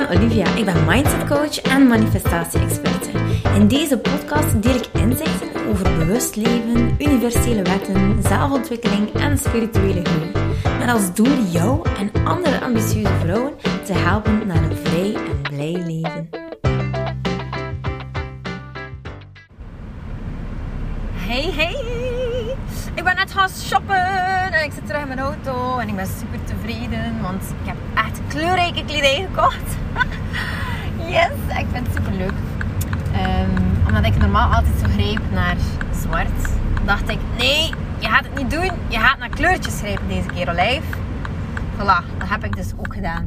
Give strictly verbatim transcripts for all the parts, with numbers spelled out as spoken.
Olivia, ik ben mindset coach en manifestatie-experte. In deze podcast deel ik inzichten over bewust leven, universele wetten, zelfontwikkeling en spirituele groei. Met als doel jou en andere ambitieuze vrouwen te helpen naar een vrij en blij leven. Hey, hey! Ik ben net gaan shoppen en ik zit terug in mijn auto en ik ben super tevreden, want ik heb echt kleurrijke kledij gekocht. Yes, ik vind het super leuk. Um, omdat ik normaal altijd zo greep naar zwart, dacht ik, nee, je gaat het niet doen. Je gaat naar kleurtjes grijpen deze keer, Olijf. Voilà, dat heb ik dus ook gedaan.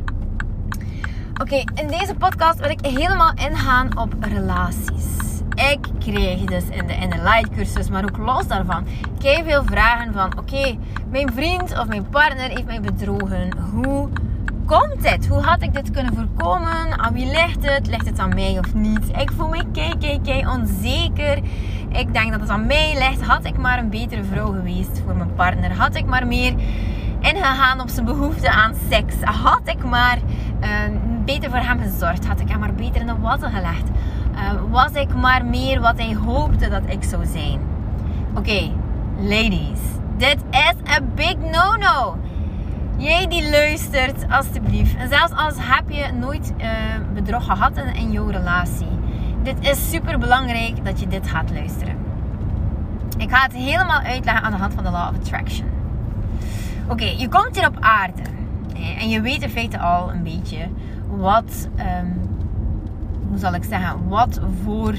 Oké, okay, in deze podcast wil ik helemaal ingaan op relaties. Ik kreeg dus in de Inner Light cursus, maar ook los daarvan, kei veel vragen van, oké, okay, mijn vriend of mijn partner heeft mij bedrogen. Hoe komt dit? Hoe had ik dit kunnen voorkomen? Aan wie ligt het? Ligt het aan mij of niet? Ik voel me kei, kei, kei onzeker. Ik denk dat het aan mij ligt. Had ik maar een betere vrouw geweest voor mijn partner? Had ik maar meer ingegaan op zijn behoefte aan seks? Had ik maar uh, beter voor hem gezorgd? Had ik hem maar beter in de watten gelegd? Uh, was ik maar meer wat hij hoopte dat ik zou zijn? Oké, okay, ladies. Dit is een big no-no. Jij die luistert, alstublieft. En zelfs als heb je nooit uh, bedrog gehad in, in jouw relatie. Dit is super belangrijk dat je dit gaat luisteren. Ik ga het helemaal uitleggen aan de hand van de Law of Attraction. Oké, okay, je komt hier op aarde. En je weet in feite al een beetje wat... Um, hoe zal ik zeggen, wat voor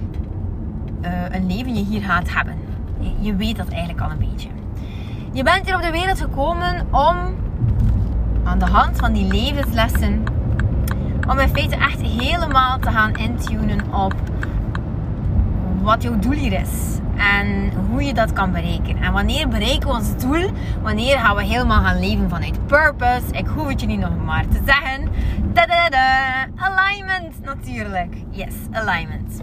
uh, een leven je hier gaat hebben. Je weet dat eigenlijk al een beetje. Je bent hier op de wereld gekomen om aan de hand van die levenslessen, om in feite echt helemaal te gaan intunen op wat jouw doel hier is. En hoe je dat kan bereiken. En wanneer bereiken we ons doel? Wanneer gaan we helemaal gaan leven vanuit purpose? Ik hoef het je niet nog maar te zeggen. Tadadada! Alignment natuurlijk. Yes, alignment.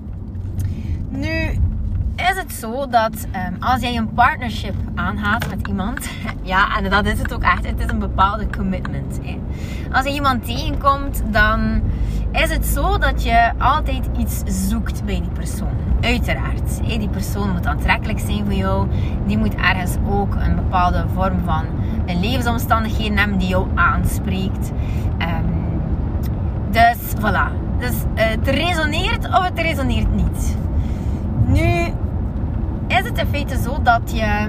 Nu is het zo dat um, als jij een partnership aangaat met iemand. Ja, en dat is het ook echt. Het is een bepaalde commitment. Hè. Als je iemand tegenkomt, dan is het zo dat je altijd iets zoekt bij die persoon. Uiteraard. Hè. Die persoon moet aantrekkelijk zijn voor jou. Die moet ergens ook een bepaalde vorm van levensomstandigheden hebben die jou aanspreekt. Um, dus voilà. Dus uh, het resoneert of het resoneert niet. Nu is het in feite zo dat je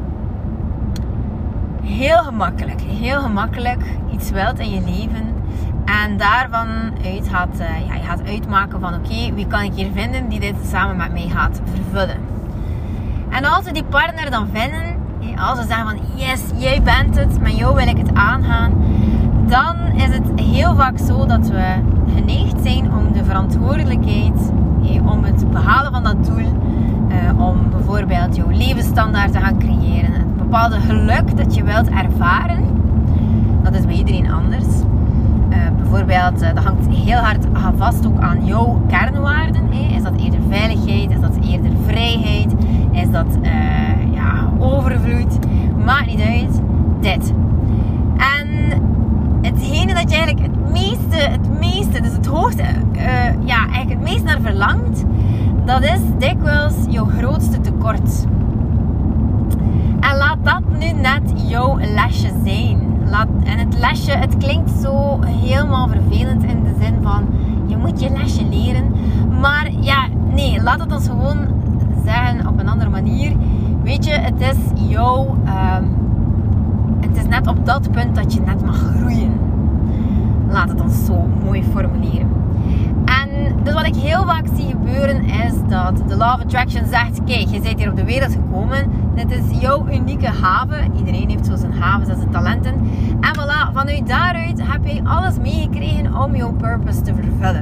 heel gemakkelijk, heel gemakkelijk iets wilt in je leven. En daarvan uit gaat, uh, ja, je gaat uitmaken van oké, okay, wie kan ik hier vinden die dit samen met mij gaat vervullen. En als we die partner dan vinden, als we zeggen van yes, jij bent het, met jou wil ik het aangaan. Dan is het heel vaak zo dat we geneigd zijn om de verantwoordelijkheid, om het behalen van dat doel, om bijvoorbeeld jouw levensstandaard te gaan creëren. Een bepaalde geluk dat je wilt ervaren, dat is bij iedereen anders. Uh, bijvoorbeeld, uh, dat hangt heel hard vast ook aan jouw kernwaarden. Hè. Is dat eerder veiligheid? Is dat eerder vrijheid? Is dat uh, ja, overvloed? Maakt niet uit. Dit. En hetgene dat je eigenlijk het meeste, het meeste, dus het hoogste, uh, ja, eigenlijk het meest naar verlangt, dat is dikwijls jouw grootste tekort. En laat dat nu net jouw lesje zijn. Laat, en het lesje, het klinkt zo helemaal vervelend in de zin van je moet je lesje leren. Maar ja, nee, laat het ons gewoon zeggen op een andere manier. Weet je, het is jouw... Um, het is net op dat punt dat je net mag groeien. Laat het ons zo mooi formuleren. En dus wat ik heel vaak zie gebeuren is dat de Law of Attraction zegt, kijk, je bent hier op de wereld gekomen. Dit is jouw unieke haven. Iedereen heeft zo zijn havens en zijn talenten. En voilà, vanuit daaruit heb je alles meegekregen om jouw purpose te vervullen.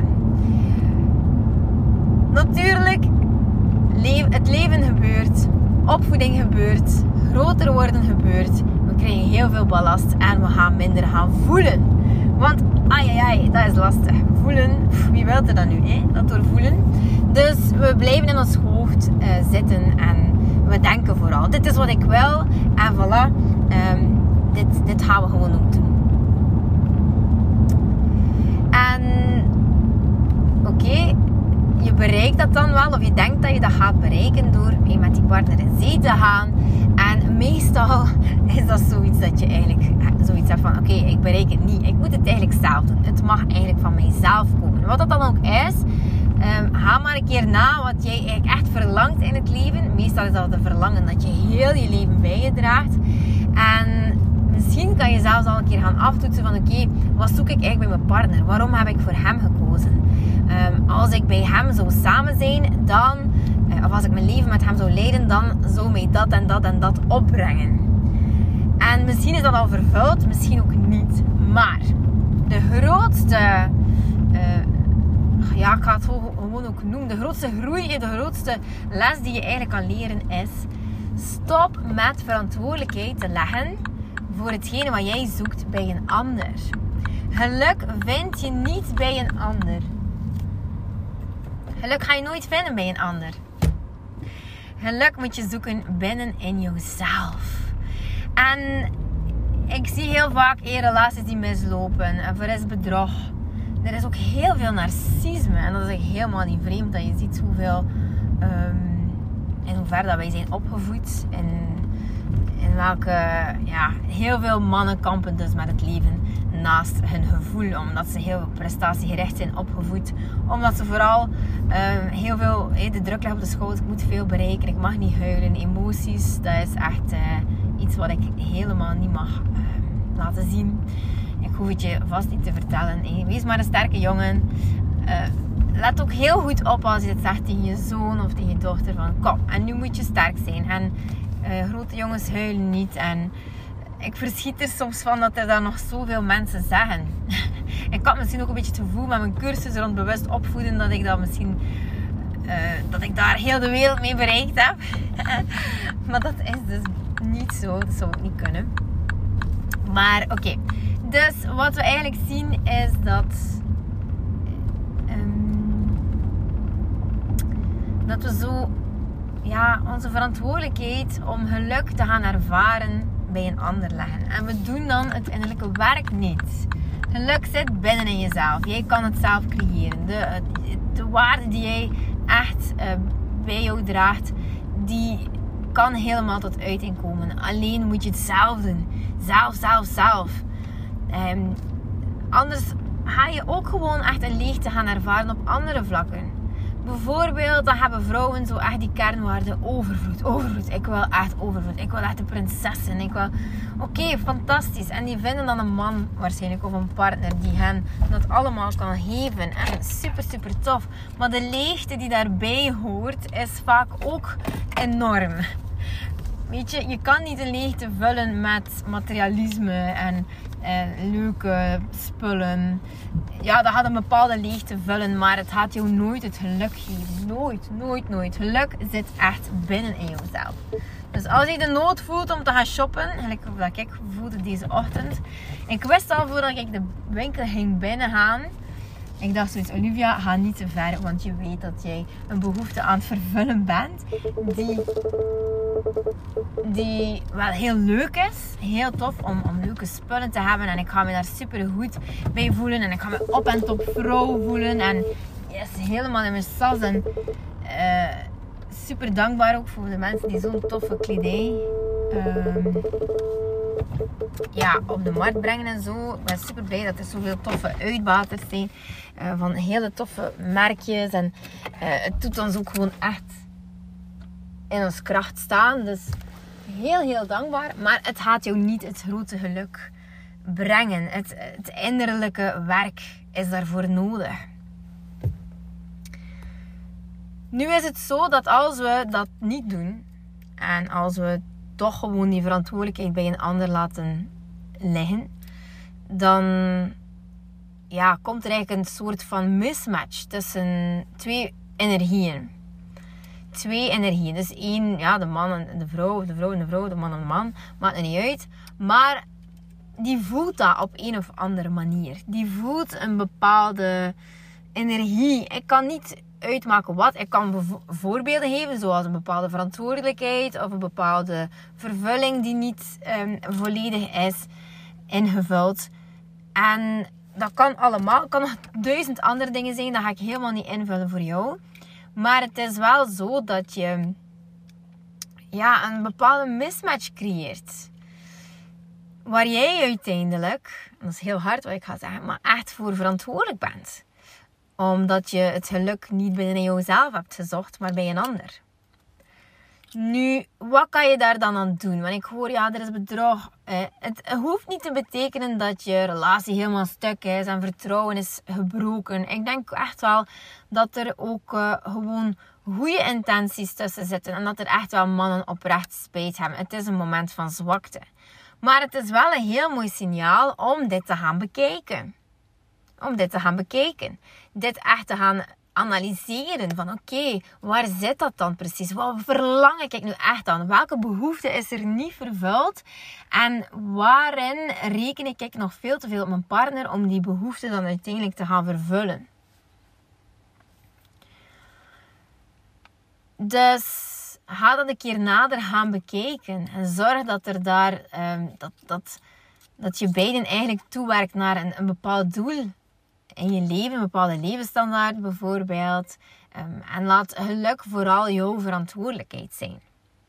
Natuurlijk, het leven gebeurt, opvoeding gebeurt, groter worden gebeurt. We krijgen heel veel ballast en we gaan minder gaan voelen. Want, ai, ai, ai, dat is lastig. Voelen, wie wil er dan nu, hè? Dat doorvoelen. Dus we blijven in ons hoofd uh, zitten en we denken vooral, dit is wat ik wil en voilà, um, dit, dit gaan we gewoon ook doen. dan wel, of je denkt dat je dat gaat bereiken door mee met die partner in zee te gaan. En meestal is dat zoiets dat je eigenlijk zoiets hebt van, oké, okay, ik bereik het niet. Ik moet het eigenlijk zelf doen. Het mag eigenlijk van mijzelf komen. Wat dat dan ook is, um, ga maar een keer na wat jij eigenlijk echt verlangt in het leven. Meestal is dat een verlangen dat je heel je leven bij je draagt. En misschien kan je zelfs al een keer gaan aftoetsen van, oké, okay, wat zoek ik eigenlijk bij mijn partner? Waarom heb ik voor hem gekozen? Um, als ik bij hem zou samen zijn, dan, uh, of als ik mijn leven met hem zou leiden, dan zou mij dat en dat en dat opbrengen. En misschien is dat al vervuld, misschien ook niet. Maar de grootste, uh, ja, ik ga het gewoon ook noemen, de grootste groei, de grootste les die je eigenlijk kan leren is, stop met verantwoordelijkheid te leggen voor hetgene wat jij zoekt bij een ander. Geluk vind je niet bij een ander. Geluk ga je nooit vinden bij een ander. Geluk moet je zoeken binnen in jezelf. En ik zie heel vaak in relaties die mislopen. En er is bedrog. Er is ook heel veel narcisme. En dat is helemaal niet vreemd. Dat je ziet hoeveel... Um, in hoeverre dat wij zijn opgevoed. In, in welke... Ja, heel veel mannen kampen dus met het leven naast hun gevoel. Omdat ze heel prestatiegericht zijn opgevoed. Omdat ze vooral um, heel veel... Hey, de druk ligt op de schouder. Ik moet veel bereiken. Ik mag niet huilen. Emoties, dat is echt... Uh, iets wat ik helemaal niet mag uh, laten zien. Ik hoef het je vast niet te vertellen. Hey, wees maar een sterke jongen. Uh, let ook heel goed op als je het zegt tegen je zoon of tegen je dochter. Van kom, en nu moet je sterk zijn. En uh, grote jongens huilen niet. En ik verschiet er soms van dat er dan nog zoveel mensen zeggen. Ik had misschien ook een beetje het gevoel met mijn cursus rond bewust opvoeden. Dat ik dat misschien... Uh, dat ik daar heel de wereld mee bereikt heb. Maar dat is dus niet zo. Dat zou ook niet kunnen. Maar oké. Okay. Dus wat we eigenlijk zien is dat... Um, dat we zo... Ja, onze verantwoordelijkheid om geluk te gaan ervaren bij een ander leggen. En we doen dan het innerlijke werk niet. Geluk zit binnen in jezelf. Jij kan het zelf creëren. De, de waarde die jij echt uh, bij jou draagt, die kan helemaal tot uiting komen. Alleen moet je het zelf doen. Zelf, zelf, zelf. Um, anders ga je ook gewoon echt een leegte gaan ervaren op andere vlakken. Bijvoorbeeld, dan hebben vrouwen zo echt die kernwaarde overvloed. Overvloed. Ik wil echt overvloed. Ik wil echt de prinses zijn. Ik wil... Oké, okay, fantastisch. En die vinden dan een man waarschijnlijk of een partner die hen dat allemaal kan geven. En super, super tof. Maar de leegte die daarbij hoort is vaak ook enorm. Weet je, je kan niet een leegte vullen met materialisme en eh, leuke spullen. Ja, dat gaat een bepaalde leegte vullen, maar het gaat jou nooit het geluk geven. Nooit, nooit, nooit. Geluk zit echt binnen in jezelf. Dus als je de nood voelt om te gaan shoppen, gelijk dat ik voelde deze ochtend. Ik wist al voordat ik de winkel ging binnengaan. Ik dacht zoiets, Olivia, ga niet te ver, want je weet dat jij een behoefte aan het vervullen bent. Die... Die wel heel leuk is. Heel tof om, om leuke spullen te hebben. En ik ga me daar super goed bij voelen. En ik ga me op en top vrouw voelen. En yes, helemaal in mijn sas. En uh, super dankbaar ook voor de mensen die zo'n toffe kledij um, ja, op de markt brengen en zo. Ik ben super blij dat er zoveel toffe uitbaters zijn. Uh, van hele toffe merkjes. En uh, het doet ons ook gewoon echt in ons kracht staan. Dus heel, heel dankbaar. Maar het gaat jou niet het grote geluk brengen. Het, het innerlijke werk is daarvoor nodig. Nu is het zo dat als we dat niet doen, en als we toch gewoon die verantwoordelijkheid bij een ander laten liggen, dan ja, komt er eigenlijk een soort van mismatch tussen twee energieën. Twee energieën. Dus één, ja, de man en de vrouw, de vrouw en de vrouw, de man en de man. Maakt er niet uit. Maar die voelt dat op een of andere manier. Die voelt een bepaalde energie. Ik kan niet uitmaken wat. Ik kan bevo- voorbeelden geven, zoals een bepaalde verantwoordelijkheid of een bepaalde vervulling die niet um, volledig is ingevuld. En dat kan allemaal. Het kan nog duizend andere dingen zijn. Dat ga ik helemaal niet invullen voor jou. Maar het is wel zo dat je ja, een bepaalde mismatch creëert. Waar jij uiteindelijk, dat is heel hard wat ik ga zeggen, maar echt voor verantwoordelijk bent. Omdat je het geluk niet binnen jouzelf hebt gezocht, maar bij een ander. Nu, wat kan je daar dan aan doen? Want ik hoor, ja, er is bedrog. Eh, het hoeft niet te betekenen dat je relatie helemaal stuk is en vertrouwen is gebroken. Ik denk echt wel dat er ook uh, gewoon goede intenties tussen zitten. En dat er echt wel mannen oprecht spijt hebben. Het is een moment van zwakte. Maar het is wel een heel mooi signaal om dit te gaan bekijken. Om dit te gaan bekijken. Dit echt te gaan analyseren. Van oké, okay, waar zit dat dan precies? Wat verlang ik nu echt aan? Welke behoefte is er niet vervuld? En waarin reken ik nog veel te veel op mijn partner om die behoefte dan uiteindelijk te gaan vervullen? Dus ga dat een keer nader gaan bekijken. En zorg dat er daar um, dat, dat, dat je beiden eigenlijk toewerkt naar een, een bepaald doel in je leven, een bepaalde levensstandaard bijvoorbeeld. Um, en laat geluk vooral jouw verantwoordelijkheid zijn.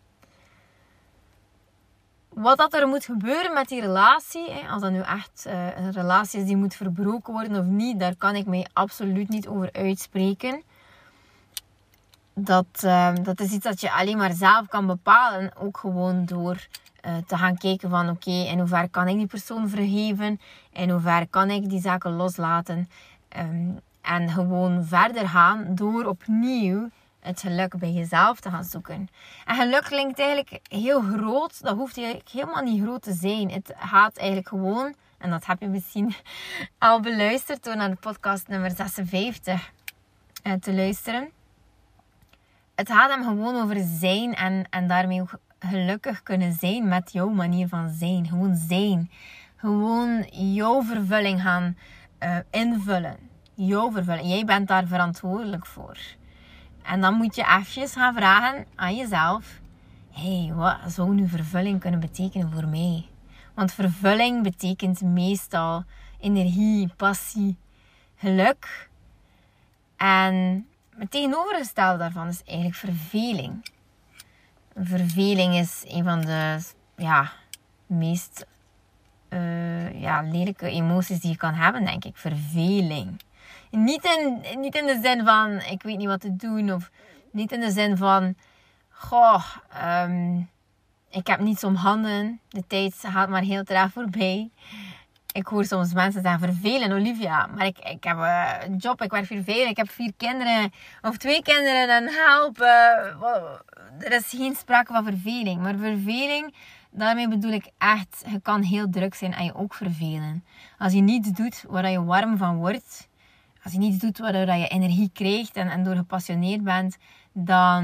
Wat dat er moet gebeuren met die relatie, hè, als dat nu echt uh, een relatie is die moet verbroken worden of niet, daar kan ik mij absoluut niet over uitspreken. Dat, uh, dat is iets dat je alleen maar zelf kan bepalen. Ook gewoon door uh, te gaan kijken van oké, okay, in hoeverre kan ik die persoon vergeven? In hoeverre kan ik die zaken loslaten? Um, en gewoon verder gaan door opnieuw het geluk bij jezelf te gaan zoeken. En geluk klinkt eigenlijk heel groot. Dat hoeft eigenlijk helemaal niet groot te zijn. Het gaat eigenlijk gewoon, en dat heb je misschien al beluisterd door naar de podcast nummer zesenvijftig uh, te luisteren. Het gaat hem gewoon over zijn en, en daarmee ook gelukkig kunnen zijn met jouw manier van zijn. Gewoon zijn. Gewoon jouw vervulling gaan uh, invullen. Jouw vervulling. Jij bent daar verantwoordelijk voor. En dan moet je eventjes gaan vragen aan jezelf. Hé, hey, wat zou nu vervulling kunnen betekenen voor mij? Want vervulling betekent meestal energie, passie, geluk. En het tegenovergestelde daarvan is eigenlijk verveling. Verveling is een van de ja, meest uh, ja, lelijke emoties die je kan hebben, denk ik. Verveling. Niet in, niet in de zin van, ik weet niet wat te doen. Of niet in de zin van, goh, um, ik heb niets om handen. De tijd gaat maar heel traag voorbij. Ik hoor soms mensen zeggen, vervelen Olivia. Maar ik, ik heb een job, ik werk vervelen. Ik heb vier kinderen of twee kinderen en help. Uh, er is geen sprake van verveling. Maar verveling, daarmee bedoel ik echt, je kan heel druk zijn en je ook vervelen. Als je niets doet waar je warm van wordt. Als je niets doet waardoor je energie krijgt en, en door gepassioneerd bent. Dan,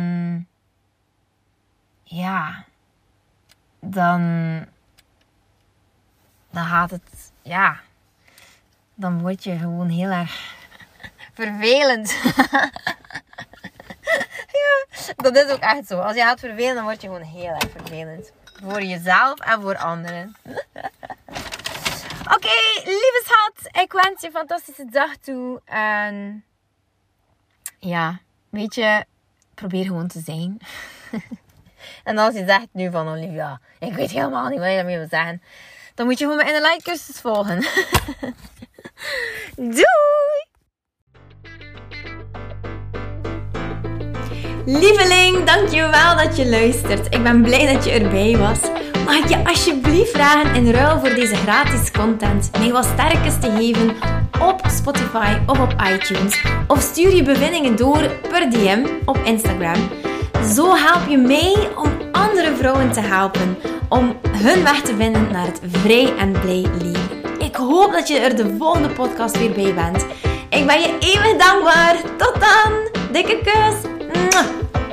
ja, dan, dan gaat het, ja, dan word je gewoon heel erg vervelend. Ja, dat is ook echt zo. Als je gaat vervelen, dan word je gewoon heel erg vervelend. Voor jezelf en voor anderen. Oké, okay, lieve schat. Ik wens je een fantastische dag toe. En ja, weet je, probeer gewoon te zijn. En als je zegt nu van Olivia, ik weet helemaal niet wat je daarmee wil zeggen. Dan moet je gewoon mijn Inner Light cursus volgen. Doei! Lieveling, dankjewel dat je luistert. Ik ben blij dat je erbij was. Mag ik je alsjeblieft vragen in ruil voor deze gratis content mij wat sterkes te geven op Spotify of op iTunes. Of stuur je bevindingen door per D M op Instagram. Zo help je mij om andere vrouwen te helpen om hun weg te vinden naar het vrij en blij leven. Ik hoop dat je er de volgende podcast weer bij bent. Ik ben je eeuwig dankbaar. Tot dan. Dikke kus. Mwah.